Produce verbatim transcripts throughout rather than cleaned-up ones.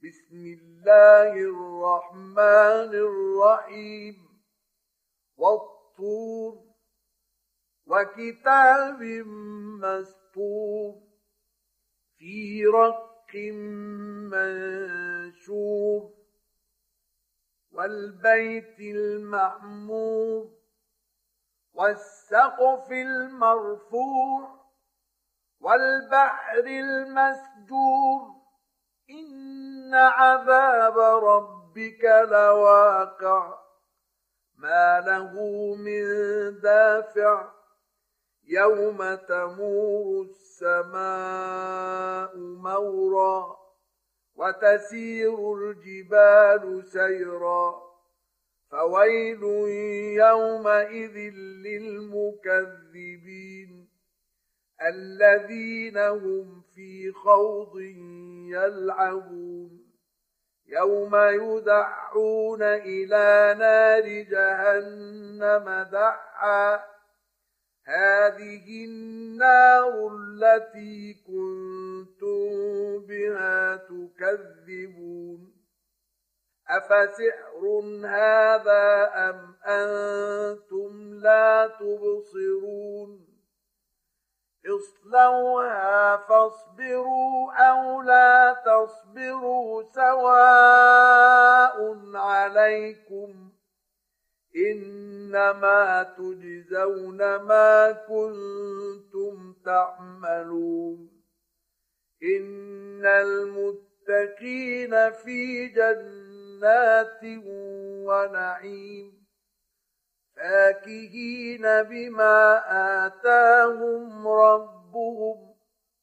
بسم الله الرحمن الرحيم والطور وكتاب مسطور في رق منشور والبيت المعمور والسقف المرفوع والبحر المسجور إن عذاب ربك لواقع ما له من دافع يوم تمور السماء مورا وتسير الجبال سيرا فويل يومئذ للمكذبين الذين هم في خوض يلعبون يوم يدعون إلى نار جهنم دعا هذه النار التي كنتم بها تكذبون أفسحر هذا أم أنتم لا تبصرون اصلوها فاصبروا أو لا تصبروا سواء عليكم إنما تجزون ما كنتم تعملون إن المتقين في جنات ونعيم فاكهين بما آتاهم ربهم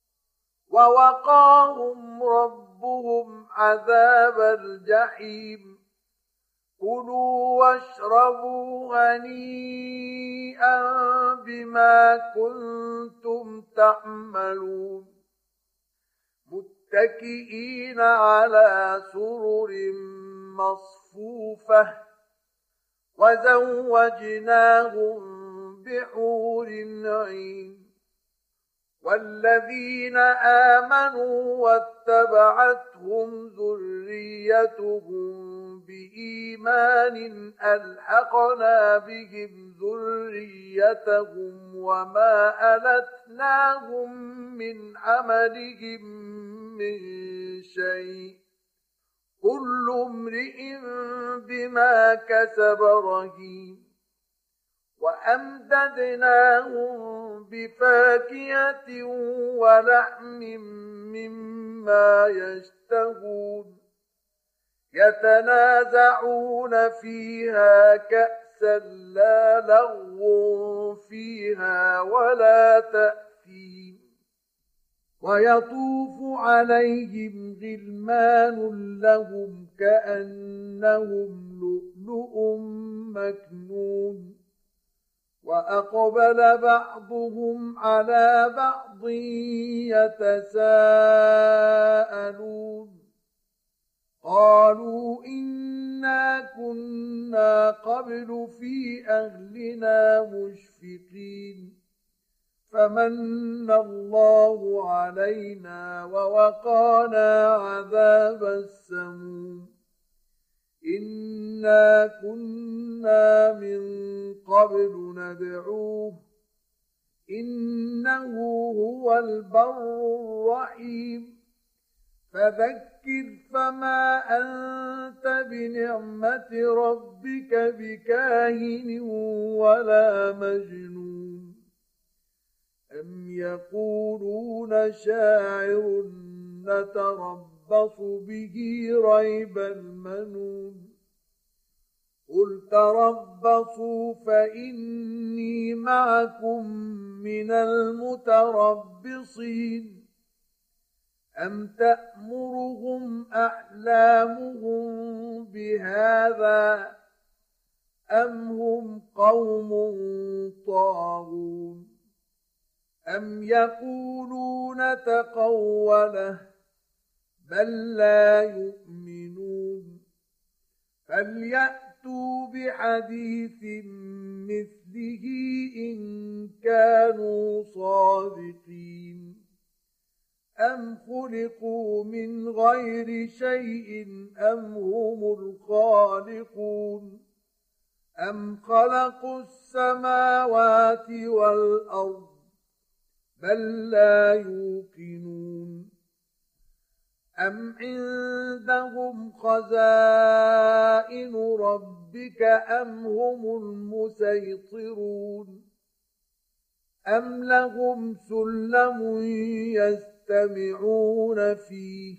ووقاهم ربهم عذاب الجحيم كلوا واشربوا هنيئا بما كنتم تعملون متكئين على سرر مصفوفة وزوجناهم بحور عين والذين آمنوا واتبعتهم ذريتهم بإيمان ألحقنا بهم ذريتهم وما ألتناهم من عملهم من شيء كل امرئ بما كسب رهين وأمددناهم بفاكهة ولحم مما يشتهون يتنازعون فيها كأسا لا لغو فيها ولا تأثيم ويطوف عليهم غلمان لهم كأنهم لؤلؤ مكنون وأقبل بعضهم على بعض يتساءلون قالوا إنا كنا قبل في أهلنا مشفقين فمن الله علينا ووقانا عذاب السموم إنا كنا من قبل ندعوه إنه هو البر الرحيم فذكر فما أنت بنعمة ربك بكاهن ولا مجنون أم يقولون شاعر نتربص به ريب المنون قل تربصوا فإني معكم من المتربصين أم تأمرهم أحلامهم بهذا أم هم قوم طاغون أم يقولون تقوله بل لا يؤمنون فليأتوا بحديث مثله إن كانوا صادقين أم خلقوا من غير شيء أم هم الخالقون أم خلقوا السماوات والأرض بل لا يوقنون أم عندهم خزائن ربك أم هم المسيطرون أم لهم سلم يستمعون فيه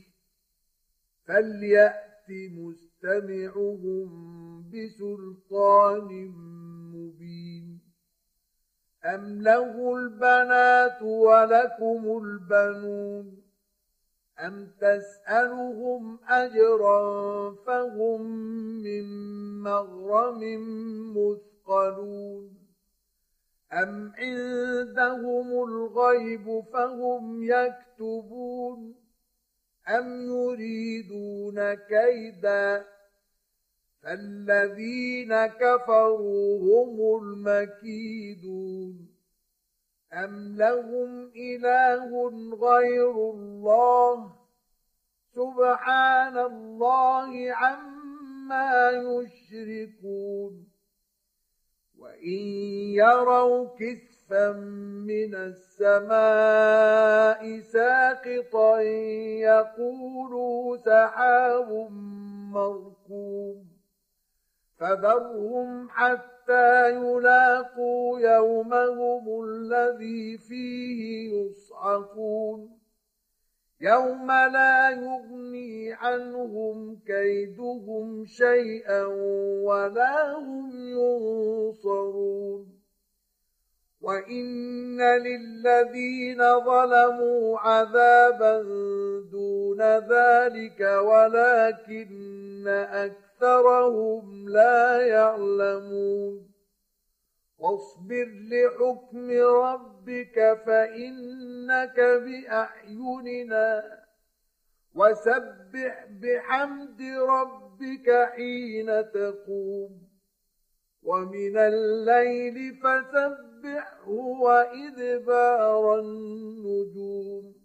فليأت مستمعهم بسلطان مبين أم له البنات ولكم البنون أم تسألهم أجرا فهم من مغرم مثقلون أم عندهم الغيب فهم يكتبون أم يريدون كيدا فالذين كفروا هم المكيدون أم لهم إله غير الله سبحان الله عما يشركون وإن يروا كسفا من السماء ساقطا يقولوا سحاب مركوم فذرهم حتى يلاقوا يومهم الذي فيه يصعقون يوم لا يغني عنهم كيدهم شيئا ولا هم ينصرون وإن للذين ظلموا عذابا دون ذلك ولكن أكثرهم لا يعلمون واصبر لحكم ربك فإنك بأعيننا وسبح بحمد ربك حين تقوم ومن الليل فسبحه وإدبار النجوم